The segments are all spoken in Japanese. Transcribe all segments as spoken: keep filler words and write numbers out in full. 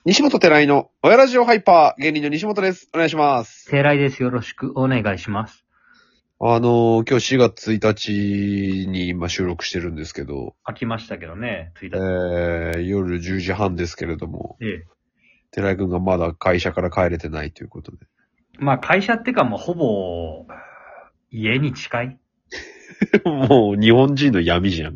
西本寺井の親ラジオハイパー、芸人の西本です。お願いします。 寺井です。よろしくお願いします。 あのー、今日しがつついたちに今収録してるんですけど、 飽きましたけどね、ついえたち。 ー、夜じゅうじはんですけれども、 ええ。 寺井くんがまだ会社から帰れてないということで。 まあ会社ってかもうほぼ、家に近いもう日本人の闇じゃん。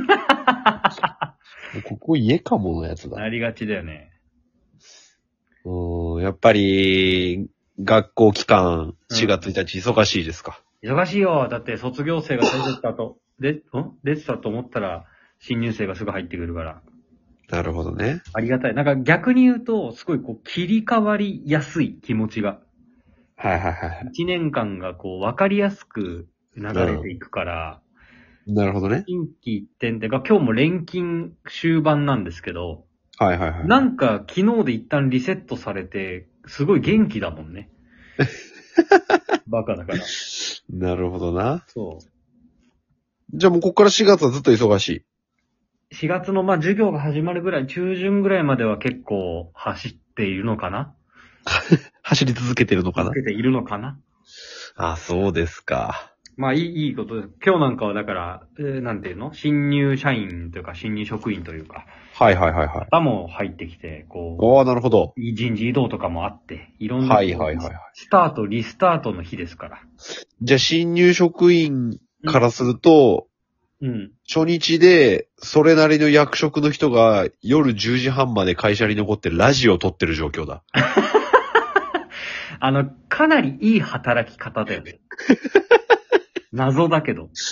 ここ家かものやつだ。 なりがちだよね。 うーん、やっぱり、学校期間しがつついたち忙しいですか？ 忙しいよ。だって卒業生が出てたと、で、ん出てたと思ったら、新入生がすぐ入ってくるから。 なるほどね。 ありがたい。なんか逆に言うと、すごいこう切り替わりやすい気持ちが。 はいはいはい。 一年間がこう分かりやすく流れていくから、 なるほどね。 心機一転ってか、今日も連勤終盤なんですけど、 はいはいはい。 なんか昨日で一旦リセットされて、すごい元気だもんね。バカだから。 なるほどな。 そじゃあもうここからしがつはずっと忙しい。 う。しがつのまあ授業が始まるぐらい、中旬ぐらいまでは結構走っているのかな走り続けてるのかな？ 続けているのかなあ、そうですか。 まあいい、いいことです。今日なんかはだから、えーなんていうの新入社員というか新入職員というか、 はいはいはいはい。 方も入ってきて、こああ、なるほど。 う、人事異動とかもあって、いろんな、 はいはいはいはい。 スタート、リスタートの日ですから。 じゃあ新入職員からすると、 うん。 初日で、それなりの役職の人が夜じゅうじはんまで会社に残ってラジオを撮ってる状況だ。 あの、かなりいい働き方だよね。謎だけど。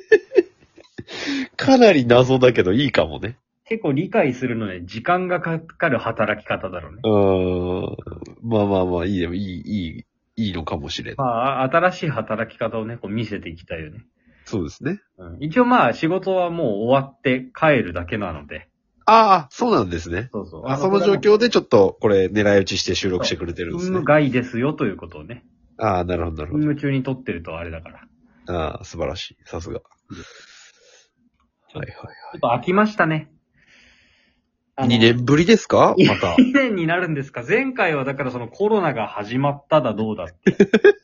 かなり謎だけどいいかもね。 結構理解するのに時間がかかる働き方だろうね。 うーん。まあまあまあ、いいでもいい、いい、いいのかもしれん。 まあ、新しい働き方をね、こう見せていきたいよね。 そうですね。 うん、一応まあ、仕事はもう終わって帰るだけなので。 ああ、そうなんですね。 そうそう。 あその状況でちょっとこれ狙い撃ちして収録してくれてるんですね。 勤務外ですよということをね。 ああ、なるほどなるほど。 勤務中に撮ってるとあれだから。 ああ、素晴らしい。さすが。 ちょはいはいちょっと飽きましたね。 はい。にねんぶりですかまた。 にねんになるんですか？前回はだからそのコロナが始まっただどうだって。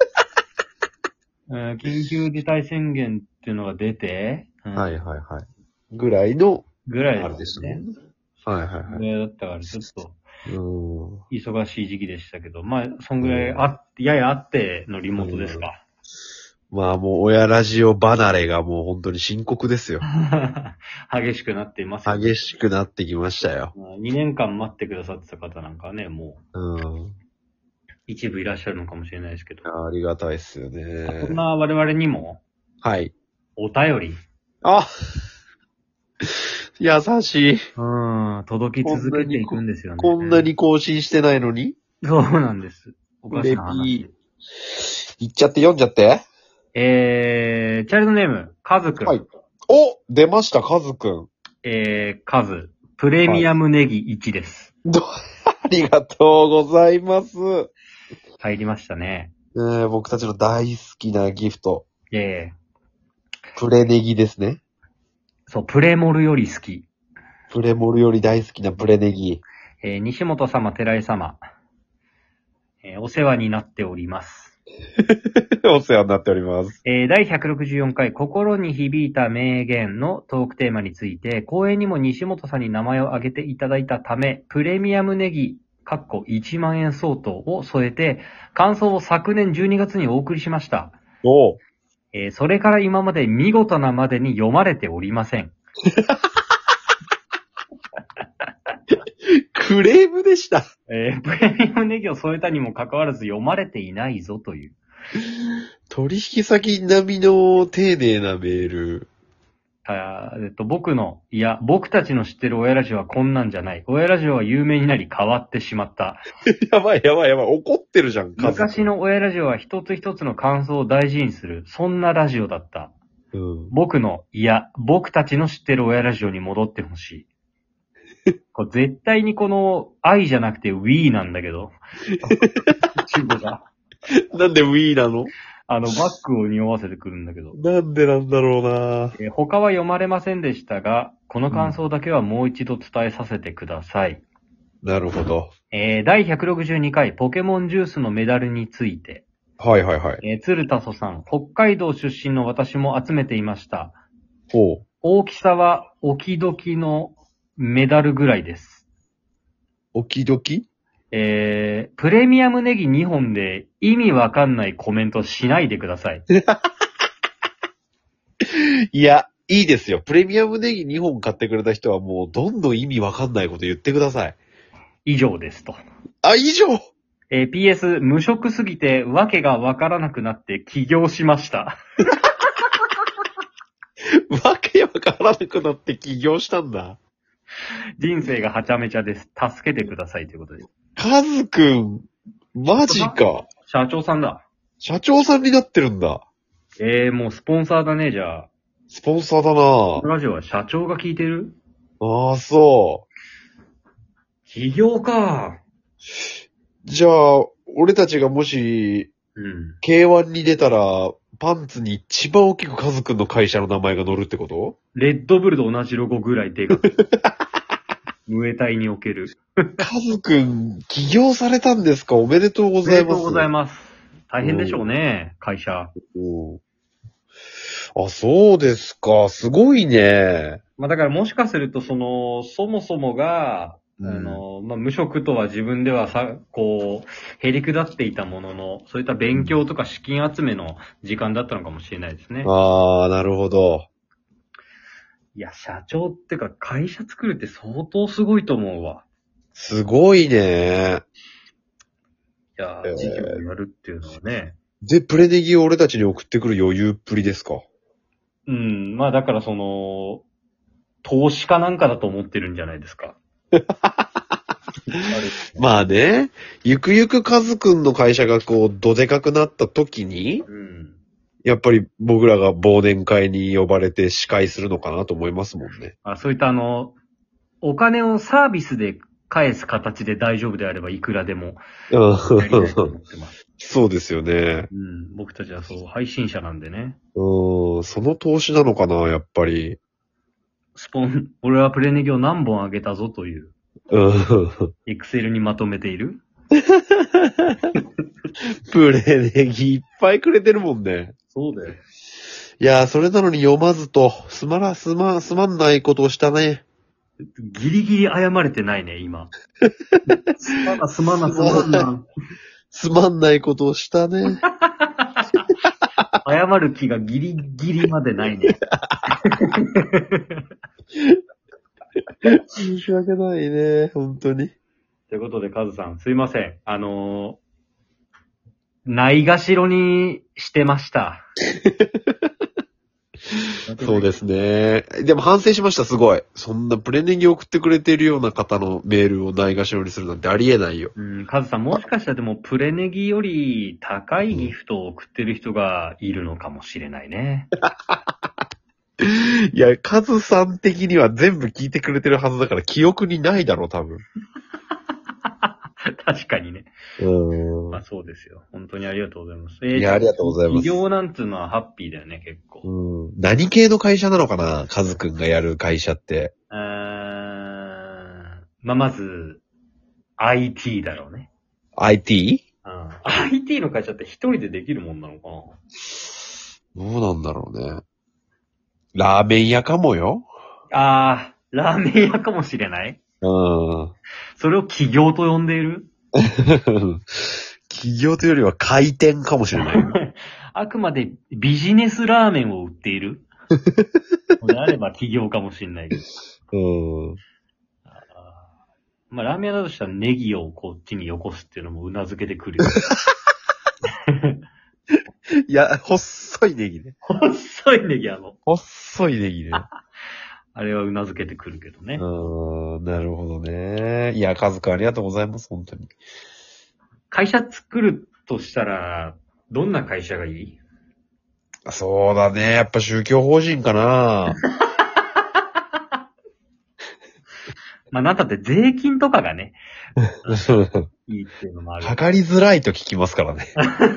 うん緊急事態宣言っていうのが出て、うん、 はいはいはい。ぐらいの、 ぐらいあれですね。はいはいはい。 ね、だったからちょっとう忙しい時期でしたけど、まあ、そんぐらいあって、ややあってのリモートですか。 ん。まあもう親ラジオ離れがもう本当に深刻ですよ。 激しくなっていますよね。 激しくなってきましたよ。 にねんかん待ってくださってた方なんかはね、もううん。 一部いらっしゃるのかもしれないですけど。 ありがたいですよそんね。 な我々にもはい。 お便り、 あ優しい。 うん、届き続けていくんですよね。 こんなに更新してないのにそうなんです。おかしレな話。 ピー。言っちゃって読んじゃって。 えー、チャイルドネーム、カズくん。 はい。お出ました、カズくん。 えー、カズ、プレミアムネギいちです。 どありがとうございます。 入りましたね。 えー、僕たちの大好きなギフト。 えー、 プレネギですね。 そう、プレモルより好き。 プレモルより大好きなプレネギ。 えー、西本様、寺井様、えー、お世話になっております。 お世話になっております。 えー、だいひゃくろくじゅうよんかい、心に響いた名言のトークテーマについて、講演にも西本さんに名前を挙げていただいたため、プレミアムネギ、かっこいちまんえん相当を添えて、感想を昨年じゅうにがつにお送りしました。 おう。 えー、それから今まで見事なまでに読まれておりません。 クレームでした。 えー、プレミアムネギを添えたにもかかわらず読まれていないぞという。 取引先並みの丁寧なメール。 あえっと、僕の、いや、僕たちの知ってる親ラジオはこんなんじゃない。親ラジオは有名になり変わってしまった。 やばいやばいやばい。怒ってるじゃん、カズ君。 昔の親ラジオは一つ一つの感想を大事にする。そんなラジオだった。 うん。 僕の、いや、僕たちの知ってる親ラジオに戻ってほしい。これ絶対にこの、愛じゃなくて We なんだけど。中古が。 なんで We なの？ あの、バックを匂わせてくるんだけど。 なんでなんだろうな。 えー他は読まれませんでしたが、この感想だけはもう一度伝えさせてください。 なるほど。 えー、だいひゃくろくじゅうにかいポケモンジュースのメダルについて。 はいはいはい。 えー、鶴田祖さん、北海道出身の私も集めていました。 ほう。 大きさは、おきどきのメダルぐらいです。 おきどきえー、プレミアムネギにほんで意味わかんないコメントしないでください。 いや、いいですよ。プレミアムネギにほん買ってくれた人はもうどんどん意味わかんないこと言ってください。 以上ですと。 あ、以上えー、ピーエス、無職すぎてわけがわからなくなって起業しました。 わけわからなくなって起業したんだ。 人生がはちゃめちゃです。助けてくださいということで。 カズくん、マジか。 社長さんだ。 社長さんになってるんだ。 えー、もうスポンサーだね、じゃあ。 スポンサーだこのなラジオは社長が聞いてる？ ああ、そ起業か。 う。じゃあ、俺たちがもし、 うん。 ケーワン に出たら、パンツに一番大きくカズくんの会社の名前が載るってこと？ レッドブルと同じロゴぐらいでかく。ムエタイにおける。 カズくん、起業されたんですか？おめでとうごおめざいます。 でとうございます。大変でしょうね、会社。 うんあ、そうですか。すごいね。 まあだからもしかすると、その、そもそもが、 うんあの、まあ無職とは自分ではさ、こう、へりくだっていたものの、そういった勉強とか資金集めの時間だったのかもしれないですね。 ああ、なるほど。 いや、社長ってか会社作るって相当すごいと思うわ。 すごいね。 いや、 えー事業をやるっていうのはね。 で、プレネギを俺たちに送ってくる余裕っぷりですか？ うん、まあだからその、投資家なんかだと思ってるんじゃないですか。 まあね、ゆくゆくカズくんの会社がこう、どでかくなった時に、 うん。 やっぱり僕らが忘年会に呼ばれて司会するのかなと思いますもんね。 あ、そういったあの、お金をサービスで返す形で大丈夫であればいくらでもやりたいと思ってます。 そうですよね。 うん。僕たちはそう、配信者なんでね。 うん、その投資なのかな、やっぱり。 スポン、俺はプレネギを何本あげたぞという、 うんエクセルにまとめている。 プレネギいっぱいくれてるもんね。 そうだよ。 いやー、それなのに読まずと、すまら、すま、すまんないことをしたね。 ギリギリ謝れてないね、今。すまな、すまな、すまんな。 すまんないことをしたね。 謝る気がギリギリまでないね。 申し訳ないね、本当に。 ということで、カズさん、すいません。あのー、ないがしろにしてました。 そうですね。でも反省しました、すごい。そんなプレネギ送ってくれてるような方のメールをないがしろにするなんてありえないよ。 うん、カズさん、もしかしたらでも、プレネギより高いギフトを送ってる人がいるのかもしれないね。 いや、カズさん的には全部聞いてくれてるはずだから記憶にないだろう、多分。 確かにね。 うん。 まあそうですよ。本当にありがとうございます。えーいやありがとうございます企業なんつうのはハッピーだよね、結構。 うん。何系の会社なのかな、カズくんがやる会社って。 うーん。まあまず、アイティー だろうね。 アイティー? うん。アイティー の会社って一人でできるもんなのかな？ どうなんだろうね。ラーメン屋かもよ。 あー、ラーメン屋かもしれない。 うん。 それを起業と呼んでいる。 企業というよりは回転かもしれない。 あくまでビジネスラーメンを売っている。であれば起業かもしれないけど。 うん。 まあラーメン屋だとしたらネギをこっちによこすっていうのも頷けてくるよ。 いや、細いネギね。 細いネギあの。 細いネギね。 あれは頷けてくるけどね。 うーん、なるほどね。いや、カズくんありがとうございます、本当に。 会社作るとしたら、どんな会社がいい？ そうだね。やっぱ宗教法人かな。 まあなんだって税金とかがね、いいっていうのもある。 かかりづらいと聞きますからね。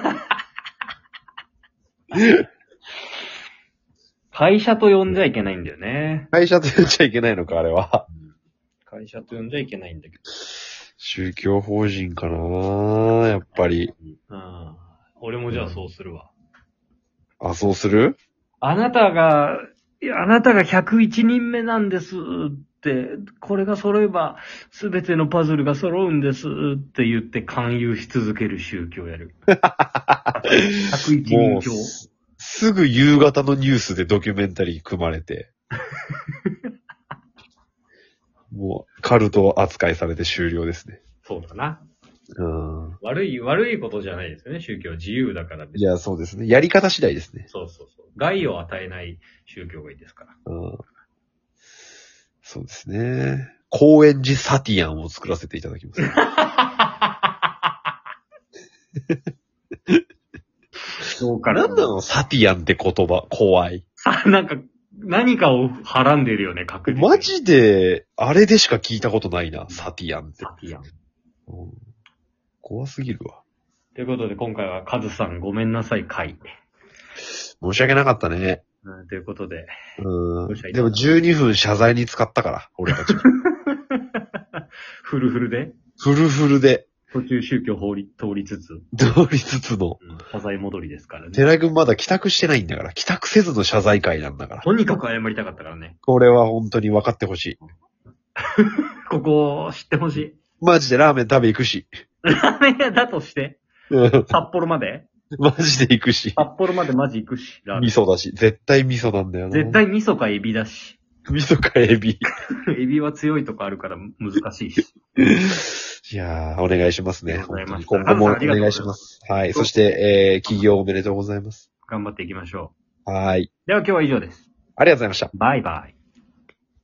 会社と呼んじゃいけないんだよね。 会社と言っちゃいけないのか、あれは。 会社と呼んじゃいけないんだけど。 宗教法人かなやっぱり。 うん。俺もじゃあそうするわ。 あ、そうする？ あなたが、いやあなたがひゃくいちにんめなんですって、これが揃えばすべてのパズルが揃うんですって言って勧誘し続ける宗教やる。ひゃくいちにん教。 すぐ夕方のニュースでドキュメンタリー組まれて。もう、カルト扱いされて終了ですね。 そうだな。 うん。 悪い、悪いことじゃないですよね。宗教は自由だから別に。 いや、そうですね。やり方次第ですね。 そうそうそう。害を与えない宗教がいいですから。 うん。そうですね。高円寺サティアンを作らせていただきます。 そうかな。 なんなのサティアンって言葉、怖い。 さ、なんか、何かをはらんでるよね、確実に。 マジで、あれでしか聞いたことないな、サティアンって。 サティアン。 うん、怖すぎるわ。 ということで、今回はカズさんごめんなさい回。 申し訳なかったね。 うん、ということで。 うん。でもじゅうにふん謝罪に使ったから、俺たち。 フルフルでフルフルで。 途中宗教通り、通りつつ。 通りつつの。 うん、謝罪戻りですからね。 寺井くんまだ帰宅してないんだから。帰宅せずの謝罪会なんだから。 とにかく謝りたかったからね。 これは本当に分かってほしい。 ここ、知ってほしい。 マジでラーメン食べ行くし。 ラーメン屋だとしてうん札幌までマジで行くし。 札幌までマジ行くし。ラーメン味噌だし。絶対味噌なんだよな。 絶対味噌かエビだし。 味噌かエビ。 エビは強いとこあるから難しいし。 いやー、お願いしますね。 ありがとうございます今後もお願いします。はい。そして、えー、起業おめでとうございます。 頑張っていきましょはい。 う。では今日は以上です。 ありがとうございました。 バイバイ。